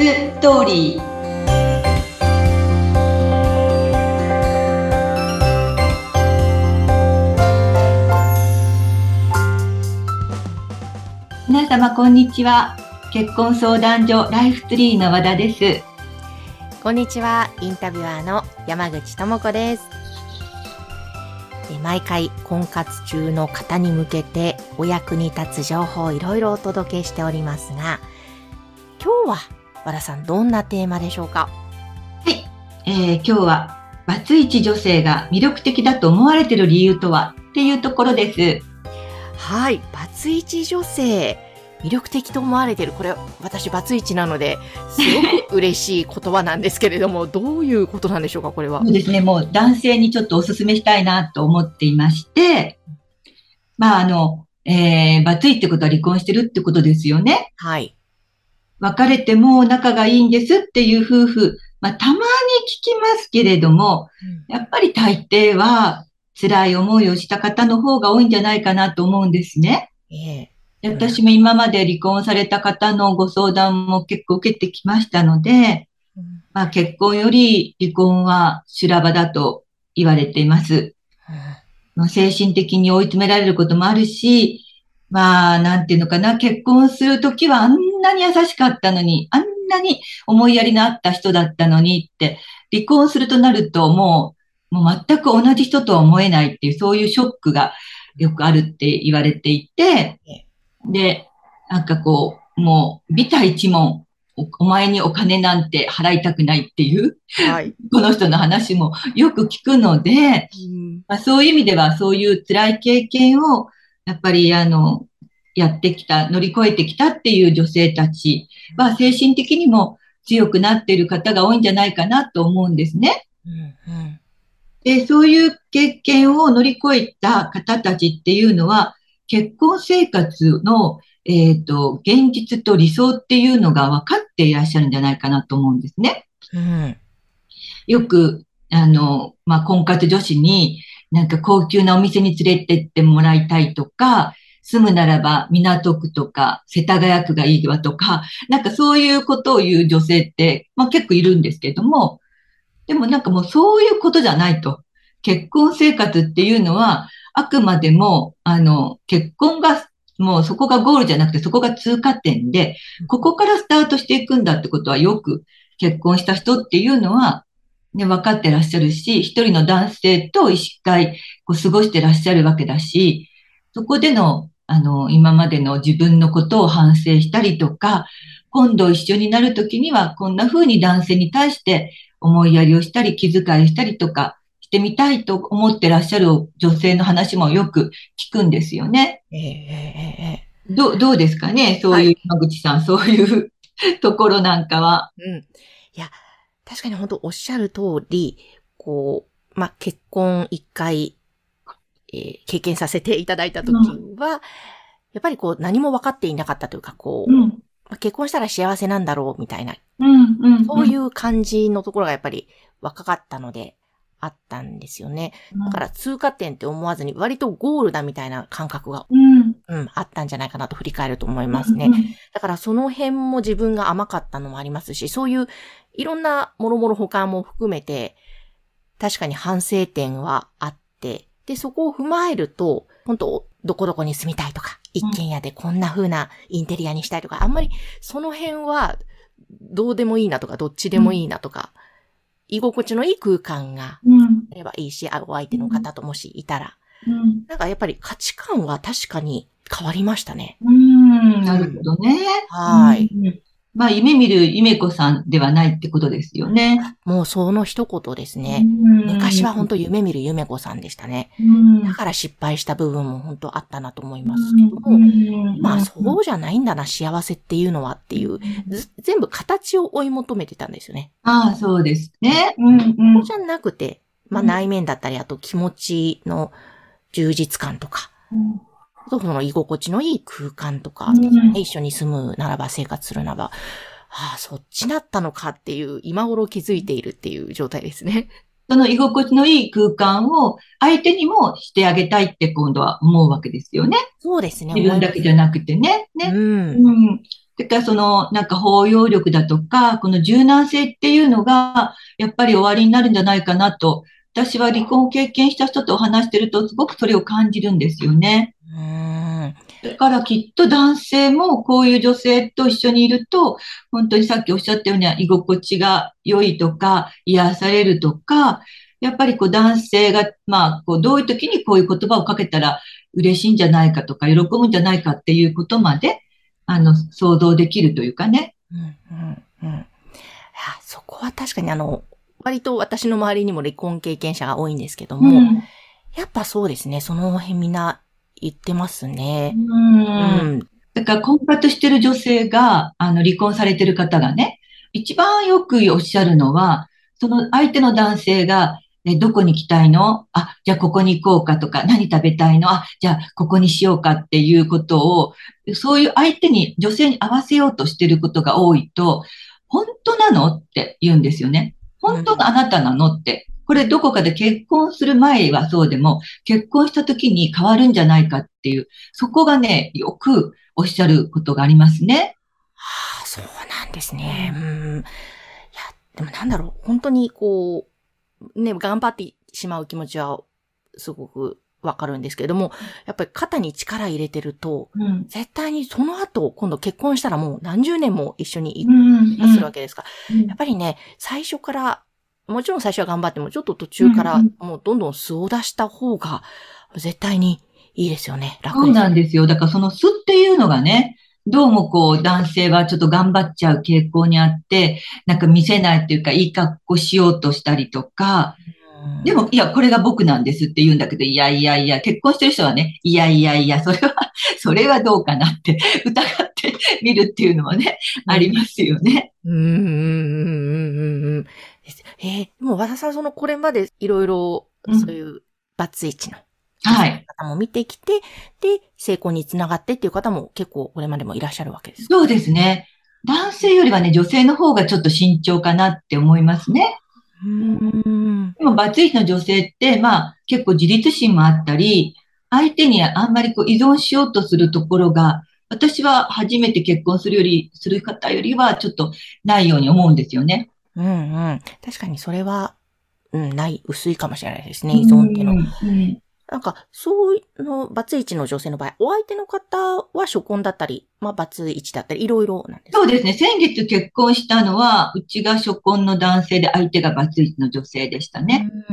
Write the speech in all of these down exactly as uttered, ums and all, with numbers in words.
ストーリー。皆様こんにちは。結婚相談所ライフツリーの和田です。 こんにちは。インタビュアーの山口智子です。毎回婚活中の方に向けてお役に立つ情報をいろいろお届けしておりますが、今日は和田さんどんなテーマでしょうか？ はい、えー、今日はバツイチ女性が魅力的だと思われている理由とはっていうところです。 はい、バツイチ女性魅力的と思われている。これ私バツイチなのですごく嬉しい言葉なんですけれどもどういうことなんでしょうか？これはそうですね、もう男性にちょっとお勧めしたいなと思っていまして、まああの、えー、バツイってことは離婚してるってことですよね。 はい。 別れても仲がいいんですっていう夫婦、まあたまに聞きますけれども、うん、やっぱり大抵は辛い思いをした方の方が多いんじゃないかなと思うんですね。 えー、私も今まで離婚された方のご相談も結構受けてきましたので、うん、まあ結婚より離婚は修羅場だと言われています。うん、精神的に追い詰められることもあるし、まあ、なんていうのかな、結婚するときはあんなに優しかったのに、あんなに思いやりのあった人だったのにって、離婚するとなるともう、もう全く同じ人とは思えないっていう、そういうショックがよくあるって言われていて、で、なんかこう、もう、ビタ一文、お前にお金なんて払いたくないっていう、はい、この人の話もよく聞くので、うんまあ、そういう意味ではそういう辛い経験をやっぱりあの、やってきた、乗り越えてきたっていう女性たちは精神的にも強くなっている方が多いんじゃないかなと思うんですね。うんうん、で、そういう経験を乗り越えた方たちっていうのは、結婚生活の、えっと、現実と理想っていうのが分かっていらっしゃるんじゃないかなと思うんですね。うん、よく、あの、まあ、婚活女子に、なんか高級なお店に連れてってもらいたいとか、住むならば港区とか世田谷区がいいわとか、なんかそういうことを言う女性って、まあ結構いるんですけども、でもなんかもうそういうことじゃないと。結婚生活っていうのは、あくまでも、あの、結婚が、もうそこがゴールじゃなくてそこが通過点で、ここからスタートしていくんだってことはよく結婚した人っていうのは、ね、分かってらっしゃるし、一人の男性と一回こう過ごしてらっしゃるわけだし、そこでの、あの、今までの自分のことを反省したりとか、今度一緒になるときにはこんな風に男性に対して思いやりをしたり気遣いをしたりとかしてみたいと思ってらっしゃる女性の話もよく聞くんですよね。えーえー、どう、どうですかね、そういう、山口さん、はい、そういうところなんかは。 うん。いや、確かに本当おっしゃる通り、こう、まあ、結婚一回、えー、経験させていただいたときは、うん、やっぱりこう何も分かっていなかったというか、こう、うん、まあ、結婚したら幸せなんだろうみたいな、うんうんうん、そういう感じのところがやっぱり若かったのであったんですよね。だから通過点って思わずに割とゴールだみたいな感覚が、うんうん、あったんじゃないかなと振り返ると思いますね。だからその辺も自分が甘かったのもありますし、そういういろんなもろもろ他も含めて確かに反省点はあって、で、そこを踏まえると、本当どこどこに住みたいとか、一軒家でこんな風なインテリアにしたいとか、あんまりその辺はどうでもいいなとか、どっちでもいいなとか、うん、居心地のいい空間があればいいし、お相手の方ともしいたら、うん、なんかやっぱり価値観は確かに変わりましたね。 うん、なるほどね。 はい。 うんまあ、夢見る夢子さんではないってことですよね。 もうその一言ですね。昔は本当夢見る夢子さんでしたね。だから失敗した部分も本当あったなと思いますけども、まあそうじゃないんだな、幸せっていうのはっていう、全部形を追い求めてたんですよね。 ああ、そうですね。 うんうん、そうじゃなくて、まあ内面だったり、あと気持ちの充実感とか、うんその居心地のいい空間とか、ねうん、一緒に住むならば生活するならば、ああ、そっちだったのかっていう、今頃気づいているっていう状態ですね。 その居心地のいい空間を相手にもしてあげたいって今度は思うわけですよね。 そうですね。 自分だけじゃなくてね。ね。 うん。 うん、 だからその、なんか包容力だとか、この柔軟性っていうのが、やっぱり終わりになるんじゃないかなと、私は離婚を経験した人とお話してると、すごくそれを感じるんですよね。 うーん。 だからきっと男性もこういう女性と一緒にいると、本当にさっきおっしゃったように居心地が良いとか、癒されるとか、やっぱりこう男性が、まあ、こうどういう時にこういう言葉をかけたら嬉しいんじゃないかとか、喜ぶんじゃないかっていうことまで、あの、想像できるというかね。 うん、うん、うん。いや、そこは確かにあの、割と私の周りにも離婚経験者が多いんですけども、 うん。 やっぱそうですね、その辺みんな言ってますね。 ううん。 ん。 だから婚活してる女性が、あの、離婚されてる方がね、一番よくおっしゃるのは、その相手の男性が、え、どこに行きたいの？あ、じゃあここに行こうかとか、何食べたいの？あ、じゃあここにしようかっていうことを、そういう相手に、女性に合わせようとしてることが多いと、本当なのって言うんですよね。本当のうん。 あなたなのって。これどこかで結婚する前はそうでも、結婚した時に変わるんじゃないかっていう、そこがね、よくおっしゃることがありますね。 はあ、そうなんですね。 うん。 うん。いや、でもなんだろう、本当にこう、ね、頑張ってしまう気持ちはすごくわかるんですけれども、やっぱり肩に力入れてると、 うん。 絶対にその後、今度結婚したらもう何十年も一緒にいうん。 らっしゃうん。 るわけですから、 うん。 やっぱりね、最初から、もちろん最初は頑張っても、ちょっと途うん。 中からうん。 もうどんどん素を出した方が、絶対にいいですよね。 そう楽ですよね。 なんですよ。だからその素っていうのがね、どうもこう男性はちょっと頑張っちゃう傾向にあって、なんか見せないっていうか、いい格好しようとしたりとか、 うん。 でも、いや、これが僕なんですって言うんだけど、いやいやいや、結婚してる人はね、いやいやいや、それは、それはどうかなって疑ってみるっていうのはね、 うん。 ありますよね。 うん、うん、うん、うん、うん。ですえー、でも和田さん、そのこれまでいろいろ、 うん。 そういうバツイチの女性はい。 の方も見てきて、で、成功につながってっていう方も結構これまでもいらっしゃるわけですか？ そうですね。男性よりはね、女性の方がちょっと慎重かなって思いますね。 うーん。 でも、バツイチの女性って、まあ、結構自立心もあったり、相手にあんまりこう依存しようとするところが、私は初めて結婚するより、する方よりはちょっとないように思うんですよね。 うん、うん。確かにそれは、うん、ない、薄いかもしれないですね、 う依存っていうの。 ん、うん。 なんか、そういうの、バツイチの女性の場合、お相手の方は初婚だったり、まあ、バツイチだったり、いろいろなんですか？ そうですね。先月結婚したのは、うちが初婚の男性で相手がバツイチの女性でしたうね。 ん、うん。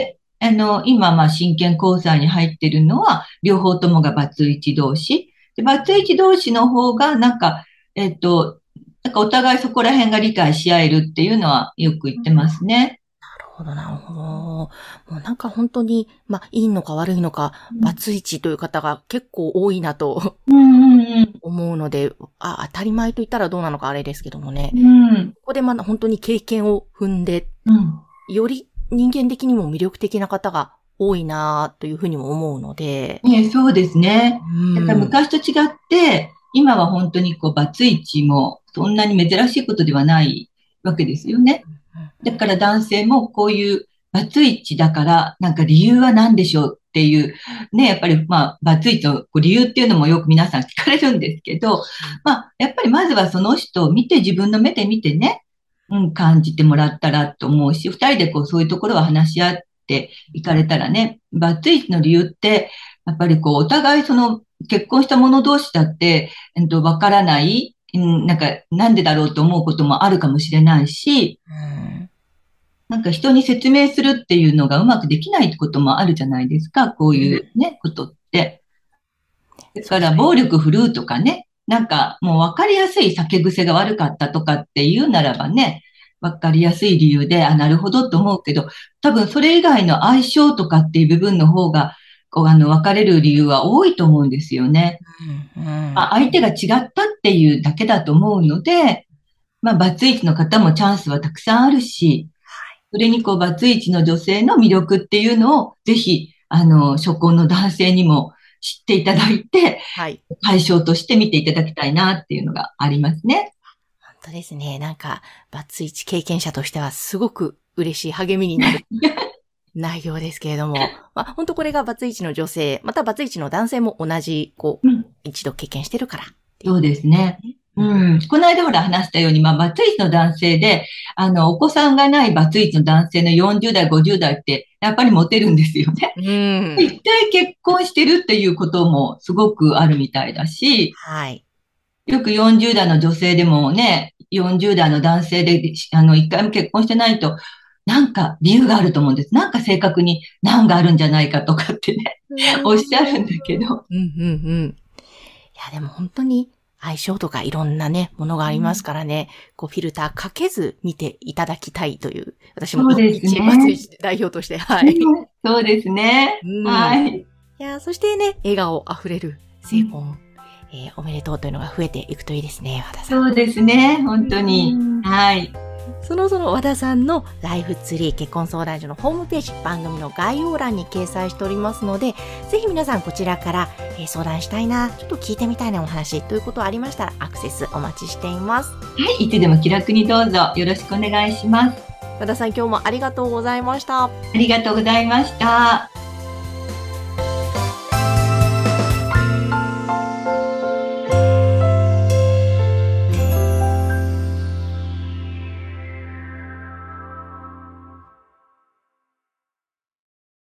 で、あの、今、まあ、真剣交際に入ってるのは、両方ともがバツイチ同士。で、バツイチ同士の方が、なんか、えっと、なんかお互いそこら辺が理解し合えるっていうのはよく言ってますね。 なるほど、なるほど。もうなんか本当に、まあ、いいのか悪いのか、 うん、 バツイチという方が結構多いなとうん、うん、 思うので、あ、当たり前と言ったらどうなのかあれですけどもね。 うん、 ここでまだ本当に経験を踏んで、 うん。 より人間的にも魅力的な方が多いなというふうにも思うので、 ね、そうですね。 うだからん。 昔と違って、今は本当にこう、バツイチもそんなに珍しいことではないわけですよね。だから男性もこういうバツイチだから、なんか理由は何でしょうっていう、ね、やっぱりまあ、バツイチのこう理由っていうのもよく皆さん聞かれるんですけど、まあ、やっぱりまずはその人を見て、自分の目で見てね、うん、感じてもらったらと思うし、二人でこう、そういうところを話し合っていかれたらね、バツイチの理由って、やっぱりこう、お互いその結婚した者同士だって、えっと、わからない、うん、なんか、なんでだろうと思うこともあるかもしれないし、 うん。 なんか人に説明するっていうのがうまくできないこともあるじゃないですか、こううん。 いうね、ことって。だからそうですね。 暴力振るうとかね、なんかもう分かりやすい酒癖が悪かったとかっていうならばね、分かりやすい理由で、あ、なるほどと思うけど、多分それ以外の相性とかっていう部分の方が、こうあの、別れる理由は多いと思うんですよね。 うん。うん。 まあ、相手が違ったっていうだけだと思うので、まあ、バツイチの方もチャンスはたくさんあるし、それにこう、バツイチの女性の魅力っていうのを、ぜひ、あの、初婚の男性にも知っていただいて、 はい。 対象として見ていただきたいなっていうのがありますね。 本当ですね。なんか、バツイチ経験者としてはすごく嬉しい励みになる内容ですけれども、まあ、本当これがバツイチの女性、またバツイチの男性も同じ、こう、 うん、 一度経験してるからっていうそうこと。 ですね。 うん。この間ほら話したように、まあ、バツイチの男性で、あの、お子さんがないバツイチの男性のよんじゅう代、ごじゅう代って、やっぱりモテるんですよね。 うん。 一体結婚してるっていうこともすごくあるみたいだし、 はい。 よくよんじゅう代の女性でもね、よんじゅう代の男性で、あの、一回も結婚してないと、なんか理由があると思うんです。なんか性格に難があるんじゃないかとかってね、 うん。 おっしゃるんだけど。 うんうんうん。いや、でも本当に相性とかいろんなね、ものがありますからね、こうフィルターかけず見ていただきたいという、私もそうです一バツイね。 チ代表として、はうんい。 そうですね。 うん。 はい。 いや、そしてね、笑顔あふれる成婚、えーおめでとうというのが増えていくといいですね、和田さん。 そうですね。本当うに。 ん。 はい。 そのその和田さんのライフツリー結婚相談所のホームページ、番組の概要欄に掲載しておりますので、ぜひ皆さんこちらから、えー相談したいな、ちょっと聞いてみたいなお話ということありましたらアクセスお待ちしています。 はい。いつでも気楽にどうぞよろしくお願いします。 和田さん今日もありがとうございました。 ありがとうございました。